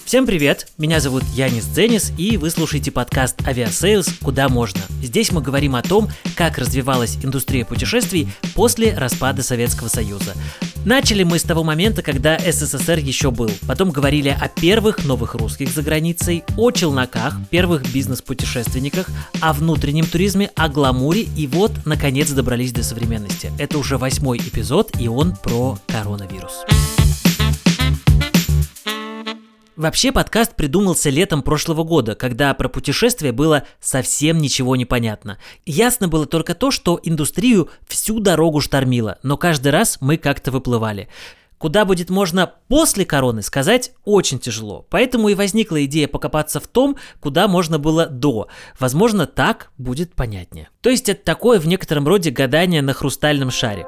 Всем привет, меня зовут Янис Дзенис, и вы слушаете подкаст «Авиасейлс. Куда можно?». Здесь мы говорим о том, как развивалась индустрия путешествий после распада Советского Союза. Начали мы с того момента, когда СССР еще был. Потом говорили о первых новых русских за границей, о челноках, первых бизнес-путешественниках, о внутреннем туризме, о гламуре, и вот, наконец, добрались до современности. Это уже 8-й эпизод, и он про коронавирус. Вообще подкаст придумался летом прошлого года, когда про путешествия было совсем ничего не понятно. Ясно было только то, что индустрию всю дорогу штормило, но каждый раз мы как-то выплывали. Куда будет можно после короны, сказать очень тяжело. Поэтому и возникла идея покопаться в том, куда можно было до. Возможно, так будет понятнее. То есть это такое в некотором роде гадание на хрустальном шаре.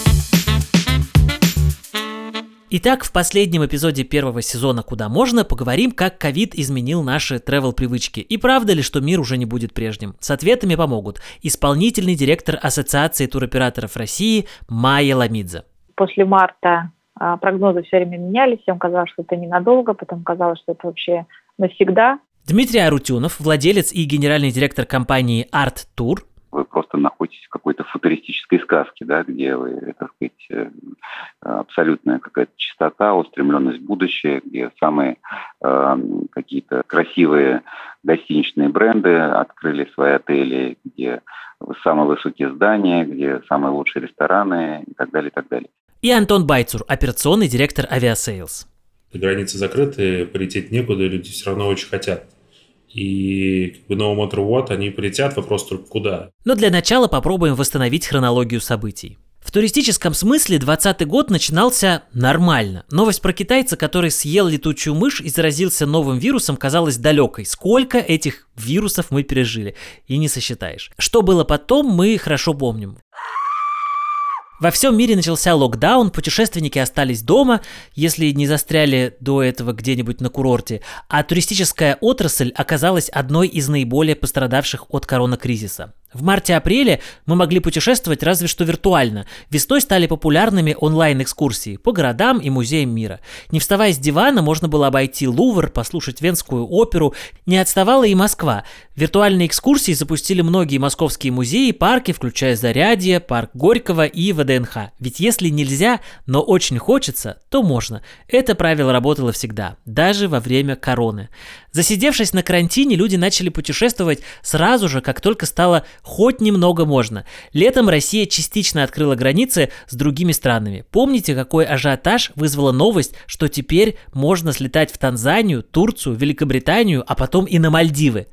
Итак, в последнем эпизоде первого сезона «Куда можно» поговорим, как ковид изменил наши travel-привычки. И правда ли, что мир уже не будет прежним? С ответами помогут исполнительный директор Ассоциации туроператоров России Майя Ламидзе. После марта прогнозы все время менялись, всем казалось, что это ненадолго, потом казалось, что это вообще навсегда. Дмитрий Арутюнов, владелец и генеральный директор компании Art Tour. Вы просто находитесь в какой-то футуристической сказке, да, где вы, так сказать, абсолютная какая-то чистота, устремленность в будущее, где самые какие-то красивые гостиничные бренды открыли свои отели, где самые высокие здания, где самые лучшие рестораны и так далее, и так далее. И Антон Байцур, операционный директор Авиасейлс. Границы закрыты, полететь некуда, люди все равно очень хотят. И no matter what, они полетят, вопрос только куда. Но для начала попробуем восстановить хронологию событий. В туристическом смысле 2020 год начинался нормально. Новость про китайца, который съел летучую мышь и заразился новым вирусом, казалась далекой. Сколько этих вирусов мы пережили, и не сосчитаешь. Что было потом, мы хорошо помним. Во всем мире начался локдаун, путешественники остались дома, если не застряли до этого где-нибудь на курорте, а туристическая отрасль оказалась одной из наиболее пострадавших от коронакризиса. В марте-апреле мы могли путешествовать разве что виртуально. Весной стали популярными онлайн-экскурсии по городам и музеям мира. Не вставая с дивана, можно было обойти Лувр, послушать Венскую оперу. Не отставала и Москва. Виртуальные экскурсии запустили многие московские музеи и парки, включая Зарядье, парк Горького и ВДНХ. Ведь если нельзя, но очень хочется, то можно. Это правило работало всегда, даже во время короны. Засидевшись на карантине, люди начали путешествовать сразу же, как только стало хоть немного можно. Летом Россия частично открыла границы с другими странами. Помните, какой ажиотаж вызвала новость, что теперь можно слетать в Танзанию, Турцию, Великобританию, а потом и на Мальдивы?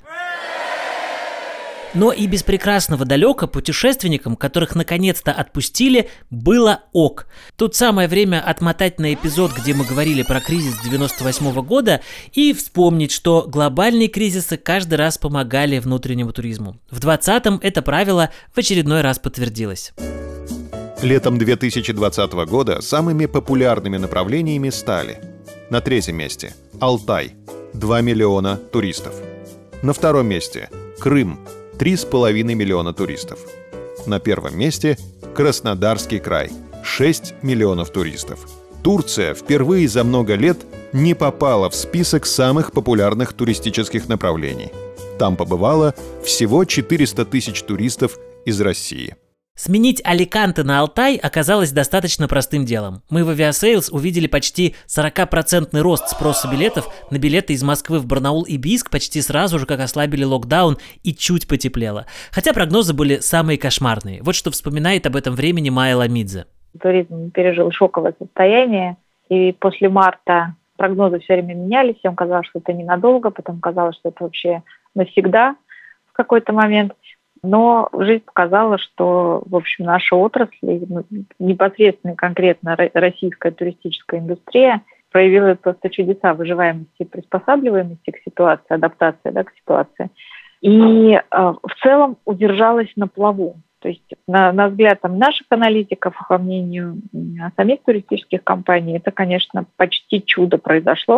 Но и без прекрасного далека путешественникам, которых наконец-то отпустили, было ок. Тут самое время отмотать на эпизод, где мы говорили про кризис 98 года, и вспомнить, что глобальные кризисы каждый раз помогали внутреннему туризму. В 2020-м это правило в очередной раз подтвердилось. Летом 2020 года самыми популярными направлениями стали: на третьем месте – Алтай – 2 миллиона туристов. На втором месте – Крым – 3,5 миллиона туристов. На первом месте – Краснодарский край – 6 миллионов туристов. Турция впервые за много лет не попала в список самых популярных туристических направлений. Там побывало всего 400 тысяч туристов из России. Сменить Аликанте на Алтай оказалось достаточно простым делом. Мы в Авиасейлс увидели почти 40% рост спроса билетов на билеты из Москвы в Барнаул и Бийск почти сразу же, как ослабили локдаун и чуть потеплело. Хотя прогнозы были самые кошмарные. Вот что вспоминает об этом времени Майя Ламидзе. Туризм пережил шоковое состояние, и после марта прогнозы все время менялись, всем казалось, что это ненадолго, потом казалось, что это вообще навсегда в какой-то момент. Но жизнь показала, что, в общем, наша отрасль, непосредственно конкретно российская туристическая индустрия, проявила просто чудеса выживаемости и приспосабливаемости к ситуации, адаптации, к ситуации. И в целом удержалась на плаву. То есть, на взгляд наших аналитиков, по мнению самих туристических компаний, это, конечно, почти чудо произошло.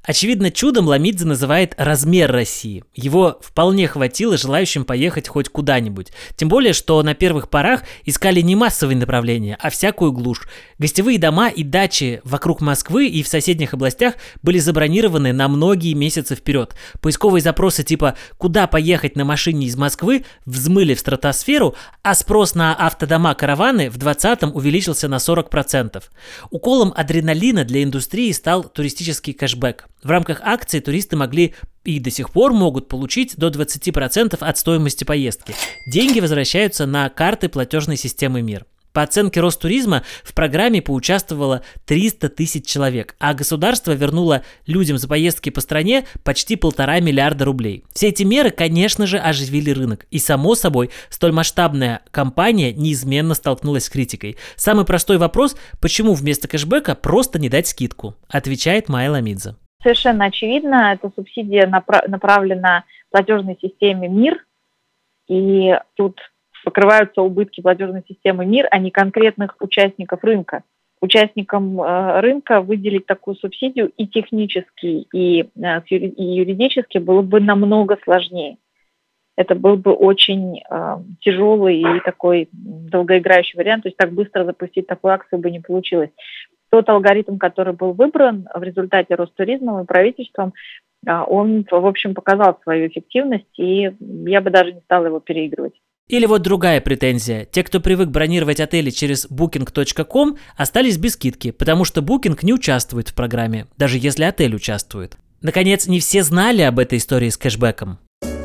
Очевидно, чудом Ламидзе называет размер России. Его вполне хватило желающим поехать хоть куда-нибудь. Тем более, что на первых порах искали не массовые направления, а всякую глушь. Гостевые дома и дачи вокруг Москвы и в соседних областях были забронированы на многие месяцы вперед. Поисковые запросы типа «Куда поехать на машине из Москвы» взмыли в стратосферу, а спрос на автодома-караваны в 2020-м увеличился на 40%. Уколом адреналина для индустрии стал туристический кэшбэк. В рамках акции туристы могли и до сих пор могут получить до 20% от стоимости поездки. Деньги возвращаются на карты платежной системы МИР. По оценке Ростуризма в программе поучаствовало 300 тысяч человек, а государство вернуло людям за поездки по стране почти 1,5 миллиарда рублей. Все эти меры, конечно же, оживили рынок. И, само собой, столь масштабная кампания неизменно столкнулась с критикой. Самый простой вопрос – почему вместо кэшбэка просто не дать скидку? Отвечает Майя Ламидзе. Совершенно очевидно, эта субсидия направлена платежной системе МИР, и тут покрываются убытки платежной системы МИР, а не конкретных участников рынка. Участникам рынка выделить такую субсидию и технически, и юридически было бы намного сложнее. Это был бы очень тяжелый и такой долгоиграющий вариант, то есть так быстро запустить такую акцию бы не получилось. Тот алгоритм, который был выбран в результате Ростуризмом и правительством, он, в общем, показал свою эффективность, и я бы даже не стала его переигрывать. Или вот другая претензия. Те, кто привык бронировать отели через booking.com, остались без скидки, потому что Booking не участвует в программе, даже если отель участвует. Наконец, не все знали об этой истории с кэшбэком.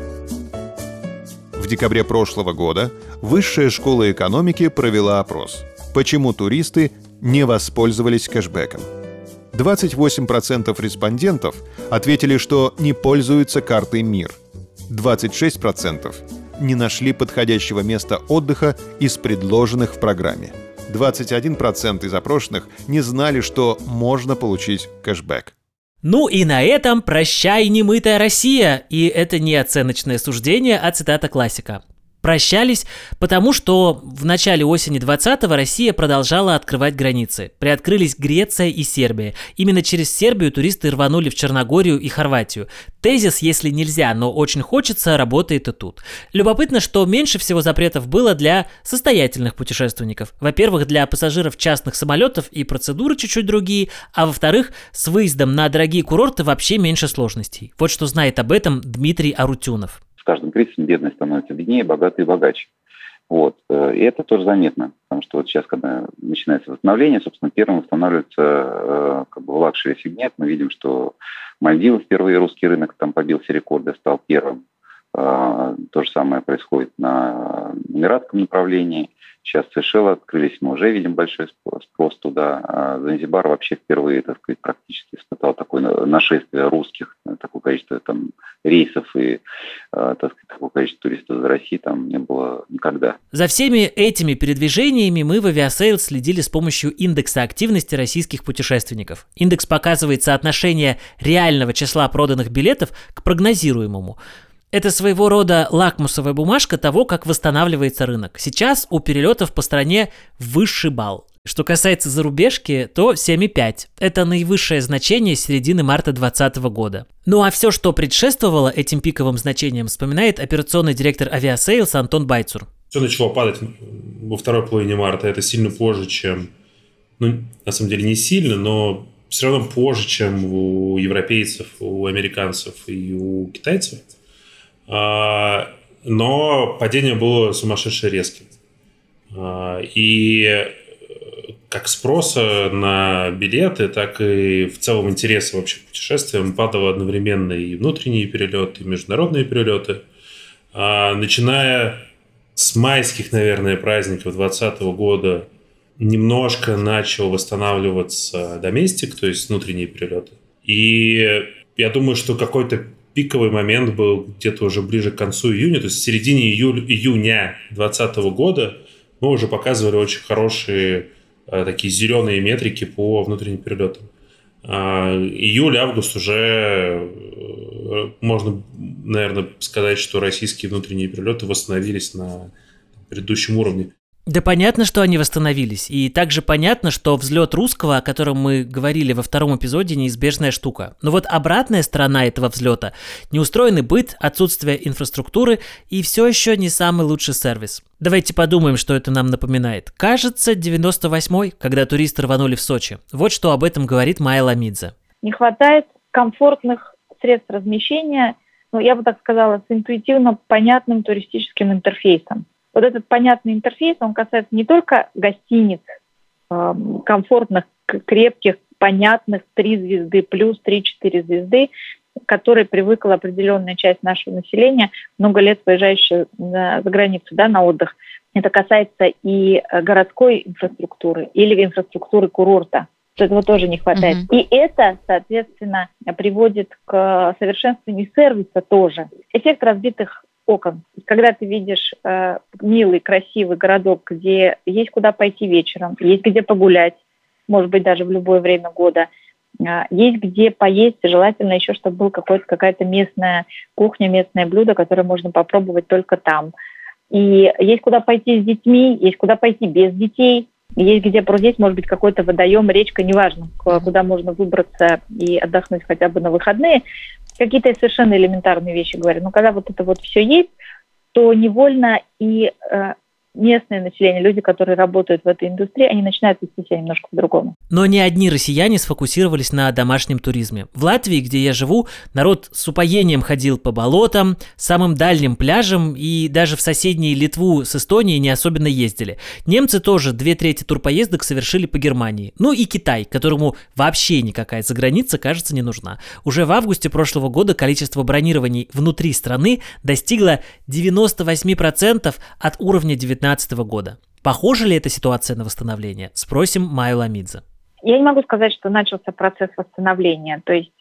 В декабре прошлого года Высшая школа экономики провела опрос. Почему туристы не воспользовались кэшбэком? 28% респондентов ответили, что не пользуются картой МИР. 26% не нашли подходящего места отдыха из предложенных в программе. 21% из опрошенных не знали, что можно получить кэшбэк. Ну и на этом прощай, немытая Россия! И это не оценочное суждение, а цитата классика. Прощались, потому что в начале осени 2020-го Россия продолжала открывать границы. Приоткрылись Греция и Сербия. Именно через Сербию туристы рванули в Черногорию и Хорватию. Тезис «если нельзя, но очень хочется» работает и тут. Любопытно, что меньше всего запретов было для состоятельных путешественников. Во-первых, для пассажиров частных самолетов и процедуры чуть-чуть другие, а во-вторых, с выездом на дорогие курорты вообще меньше сложностей. Вот что знает об этом Дмитрий Арутюнов. С каждым кризисом бедность становится беднее, богатые богаче. Вот. И это тоже заметно, потому что вот сейчас, когда начинается восстановление, собственно, первым восстанавливается в лакшери-сегмент. Мы видим, что Мальдивы впервые русский рынок там побил все рекорды, стал первым. То же самое происходит на Эмиратском направлении. Сейчас Сейшелы открылись, мы уже видим большой спрос туда. А Занзибар вообще впервые, так сказать, практически испытал такое нашествие русских, такое количество там рейсов и, так сказать, такое количество туристов из России там не было никогда. За всеми этими передвижениями мы в Aviasales следили с помощью индекса активности российских путешественников. Индекс показывает соотношение реального числа проданных билетов к прогнозируемому. Это своего рода лакмусовая бумажка того, как восстанавливается рынок. Сейчас у перелетов по стране высший балл. Что касается зарубежки, то 7,5. Это наивысшее значение с середины марта 2020 года. Ну а все, что предшествовало этим пиковым значениям, вспоминает операционный директор Aviasales Антон Байцур. Все начало падать во второй половине марта. Это сильно позже, чем... на самом деле не сильно, но все равно позже, чем у европейцев, у американцев и у китайцев. Но падение было сумасшедше резким. И как спроса на билеты, так и в целом интереса вообще к путешествиям падало одновременно и внутренние перелеты, и международные перелеты. Начиная с майских, наверное, праздников 2020 года немножко начал восстанавливаться доместик, то есть внутренние перелеты. И я думаю, что какой-то пиковый момент был где-то уже ближе к концу июня, то есть в середине июня 2020 года мы уже показывали очень хорошие такие зеленые метрики по внутренним перелетам. Июль-август уже можно, наверное, сказать, что российские внутренние перелеты восстановились на предыдущем уровне. Да понятно, что они восстановились. И также понятно, что взлет русского, о котором мы говорили во втором эпизоде, неизбежная штука. Но вот обратная сторона этого взлета – неустроенный быт, отсутствие инфраструктуры и все еще не самый лучший сервис. Давайте подумаем, что это нам напоминает. Кажется, 98-й, когда туристы рванули в Сочи. Вот что об этом говорит Майя Ламидзе. Не хватает комфортных средств размещения, я бы так сказала, с интуитивно понятным туристическим интерфейсом. Вот этот понятный интерфейс, он касается не только гостиниц, комфортных, крепких, понятных, 3 звезды плюс, 3-4 звезды, к которой привыкла определенная часть нашего населения, много лет выезжающая за границу, на отдых. Это касается и городской инфраструктуры или инфраструктуры курорта. Этого тоже не хватает. И это, соответственно, приводит к совершенствованию сервиса тоже. Эффект разбитых окон. Когда ты видишь милый, красивый городок, где есть куда пойти вечером, есть где погулять, может быть, даже в любое время года, есть где поесть, желательно еще, чтобы была какая-то местная кухня, местное блюдо, которое можно попробовать только там. И есть куда пойти с детьми, есть куда пойти без детей, есть где здесь может быть какой-то водоем, речка, неважно, куда можно выбраться и отдохнуть хотя бы на выходные. Какие-то совершенно элементарные вещи говорю. Но когда вот это вот все есть, то невольно и местное население, люди, которые работают в этой индустрии, они начинают вести себя немножко по-другому. Но не одни россияне сфокусировались на домашнем туризме. В Латвии, где я живу, народ с упоением ходил по болотам, самым дальним пляжам, и даже в соседние Литву с Эстонией не особенно ездили. Немцы тоже 2/3 турпоездок совершили по Германии. Ну и Китай, которому вообще никакая заграница, кажется, не нужна. Уже в августе прошлого года количество бронирований внутри страны достигло 98% от уровня 2019 года. Похожа ли эта ситуация на восстановление? Спросим Майю Ламидзе. Я не могу сказать, что начался процесс восстановления, то есть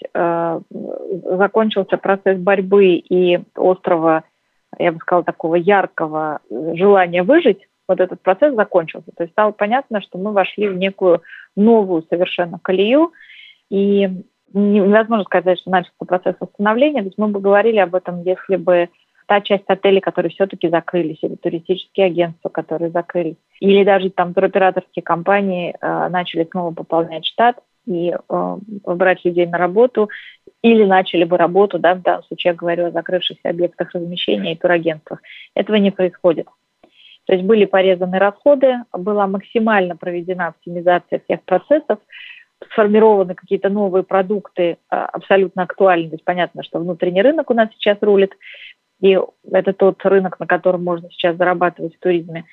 закончился процесс борьбы и острого, я бы сказала, такого яркого желания выжить. Вот этот процесс закончился. То есть стало понятно, что мы вошли в некую новую совершенно колею, и невозможно сказать, что начался процесс восстановления. То есть мы бы говорили об этом, если бы та часть отелей, которые все-таки закрылись, или туристические агентства, которые закрылись, или даже там туроператорские компании начали снова пополнять штат и брать людей на работу, или начали бы работу, в данном случае я говорю о закрывшихся объектах размещения и турагентствах. Этого не происходит. То есть были порезаны расходы, была максимально проведена оптимизация всех процессов, сформированы какие-то новые продукты, абсолютно актуальны. То есть понятно, что внутренний рынок у нас сейчас рулит, и это тот рынок, на котором можно сейчас зарабатывать в туризме.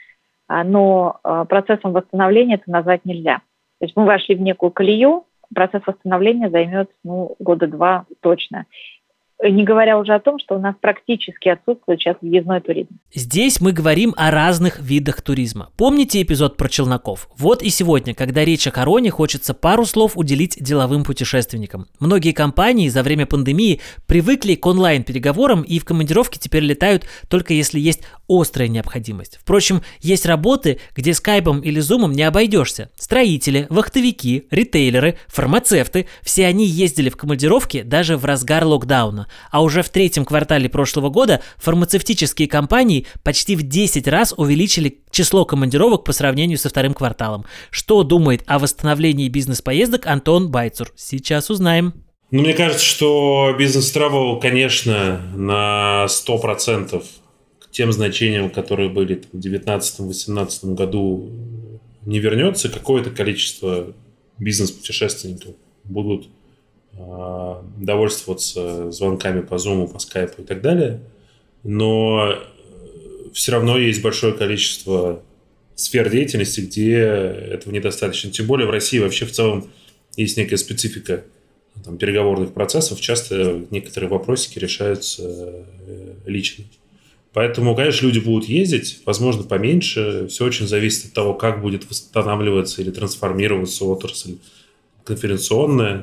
Но процессом восстановления это назвать нельзя. То есть мы вошли в некую колею, процесс восстановления займет 2 года точно. Не говоря уже о том, что у нас практически отсутствует сейчас въездной туризм. Здесь мы говорим о разных видах туризма. Помните эпизод про челноков? Вот и сегодня, когда речь о короне, хочется пару слов уделить деловым путешественникам. Многие компании за время пандемии привыкли к онлайн-переговорам и в командировки теперь летают только если есть острая необходимость. Впрочем, есть работы, где скайпом или зумом не обойдешься. Строители, вахтовики, ритейлеры, фармацевты – все они ездили в командировки даже в разгар локдауна. А уже в 3-м квартале прошлого года фармацевтические компании почти в 10 раз увеличили число командировок по сравнению со 2-м кварталом. Что думает о восстановлении бизнес-поездок Антон Байцур? Сейчас узнаем. Мне кажется, что бизнес-травел, конечно, на 100% к тем значениям, которые были в 2019-2018 году, не вернется. Какое-то количество бизнес-путешественников будут довольствоваться звонками по Zoom, по Skype и так далее. Но все равно есть большое количество сфер деятельности, где этого недостаточно. Тем более в России вообще в целом есть некая специфика переговорных процессов. Часто некоторые вопросики решаются лично. Поэтому, конечно, люди будут ездить, возможно, поменьше. Все очень зависит от того, как будет восстанавливаться или трансформироваться отрасль конференционная.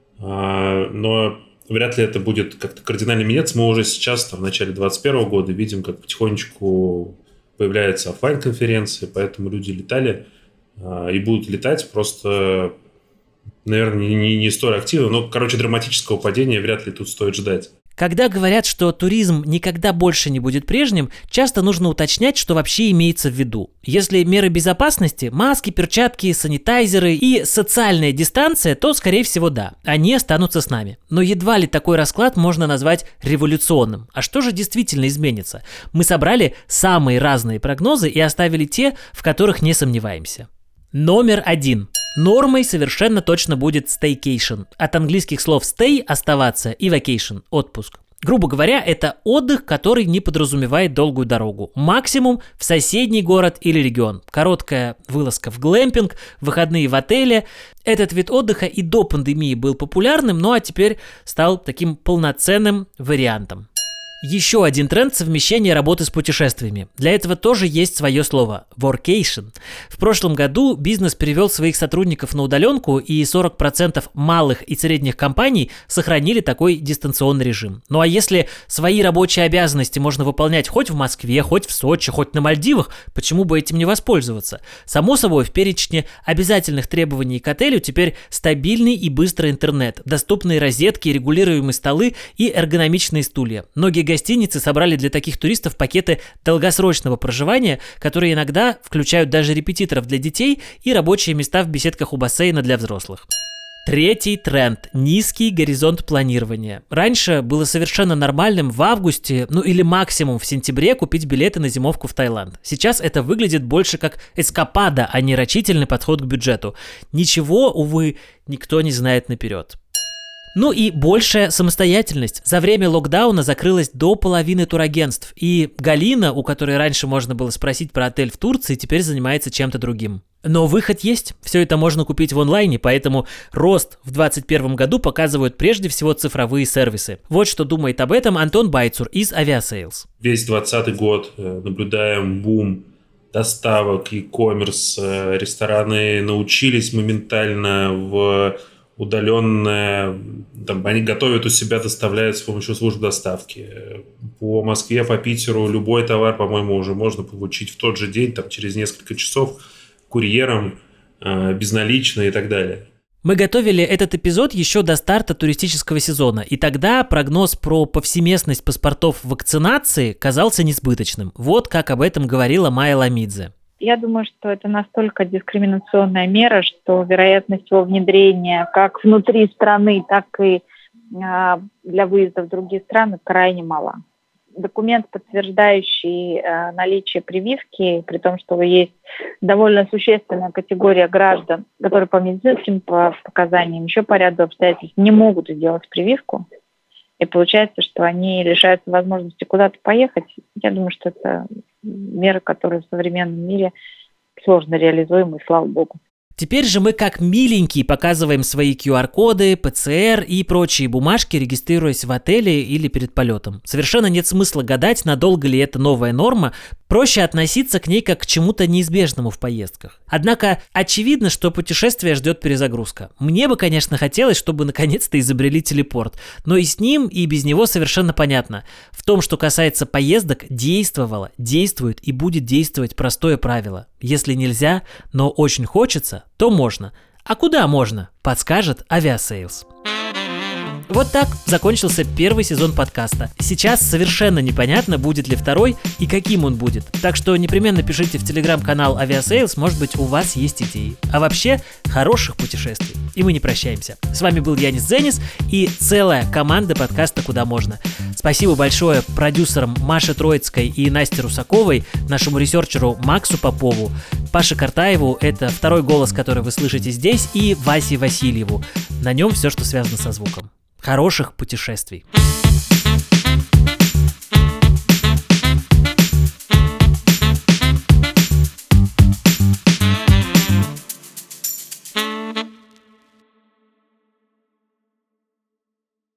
Но вряд ли это будет как-то кардинально меняться. Мы уже сейчас, в начале 2021 года, видим, как потихонечку появляются офлайн-конференции, поэтому люди летали и будут летать, просто, наверное, не столь активно. Но, драматического падения вряд ли тут стоит ждать. Когда говорят, что туризм никогда больше не будет прежним, часто нужно уточнять, что вообще имеется в виду. Если меры безопасности, маски, перчатки, санитайзеры и социальная дистанция, то, скорее всего, да, они останутся с нами. Но едва ли такой расклад можно назвать революционным. А что же действительно изменится? Мы собрали самые разные прогнозы и оставили те, в которых не сомневаемся. Номер 1. Нормой совершенно точно будет staycation. От английских слов stay – оставаться и vacation – отпуск. Грубо говоря, это отдых, который не подразумевает долгую дорогу. Максимум в соседний город или регион. Короткая вылазка в глэмпинг, выходные в отеле. Этот вид отдыха и до пандемии был популярным, ну а теперь стал таким полноценным вариантом. Еще один тренд – совмещение работы с путешествиями. Для этого тоже есть свое слово – workation. В прошлом году бизнес перевел своих сотрудников на удаленку, и 40% малых и средних компаний сохранили такой дистанционный режим. Ну а если свои рабочие обязанности можно выполнять хоть в Москве, хоть в Сочи, хоть на Мальдивах, почему бы этим не воспользоваться? Само собой, в перечне обязательных требований к отелю теперь стабильный и быстрый интернет, доступные розетки, регулируемые столы и эргономичные стулья. Многие гостиницы собрали для таких туристов пакеты долгосрочного проживания, которые иногда включают даже репетиторов для детей и рабочие места в беседках у бассейна для взрослых. Третий тренд – низкий горизонт планирования. Раньше было совершенно нормальным в августе, ну или максимум в сентябре купить билеты на зимовку в Таиланд. Сейчас это выглядит больше как эскапада, а не рачительный подход к бюджету. Ничего, увы, никто не знает наперед. Ну и большая самостоятельность. За время локдауна закрылось до половины турагентств. И Галина, у которой раньше можно было спросить про отель в Турции, теперь занимается чем-то другим. Но выход есть. Все это можно купить в онлайне, поэтому рост в 2021 году показывают прежде всего цифровые сервисы. Вот что думает об этом Антон Байцур из Aviasales. Весь 2020 год наблюдаем бум доставок, e-commerce. Рестораны научились моментально в удаленное, там, они готовят у себя, доставляют с помощью служб доставки. По Москве, по Питеру любой товар, по-моему, уже можно получить в тот же день, там, через несколько часов, курьером, безналично и так далее. Мы готовили этот эпизод еще до старта туристического сезона, и тогда прогноз про повсеместность паспортов вакцинации казался несбыточным. Вот как об этом говорила Майя Ламидзе. Я думаю, что это настолько дискриминационная мера, что вероятность его внедрения как внутри страны, так и для выезда в другие страны крайне мала. Документ, подтверждающий наличие прививки, при том, что есть довольно существенная категория граждан, которые по медицинским показаниям, еще по ряду обстоятельств не могут сделать прививку. И получается, что они лишаются возможности куда-то поехать. Я думаю, что это мера, которая в современном мире сложно реализуема, и слава богу. Теперь же мы как миленькие показываем свои QR-коды, ПЦР и прочие бумажки, регистрируясь в отеле или перед полетом. Совершенно нет смысла гадать, надолго ли это новая норма. Проще относиться к ней как к чему-то неизбежному в поездках. Однако очевидно, что путешествие ждет перезагрузка. Мне бы, конечно, хотелось, чтобы наконец-то изобрели телепорт. Но и с ним, и без него совершенно понятно. В том, что касается поездок, действовало, действует и будет действовать простое правило. Если нельзя, но очень хочется, то можно. А куда можно? Подскажет Aviasales. Вот так закончился первый сезон подкаста. Сейчас совершенно непонятно, будет ли второй и каким он будет. Так что непременно пишите в телеграм-канал Aviasales, может быть, у вас есть идеи. А вообще, хороших путешествий. И мы не прощаемся. С вами был Янис Дзенис и целая команда подкаста «Куда можно». Спасибо большое продюсерам Маше Троицкой и Насте Русаковой, нашему ресерчеру Максу Попову, Паше Картаеву, это второй голос, который вы слышите здесь, и Васе Васильеву. На нем все, что связано со звуком. Хороших путешествий!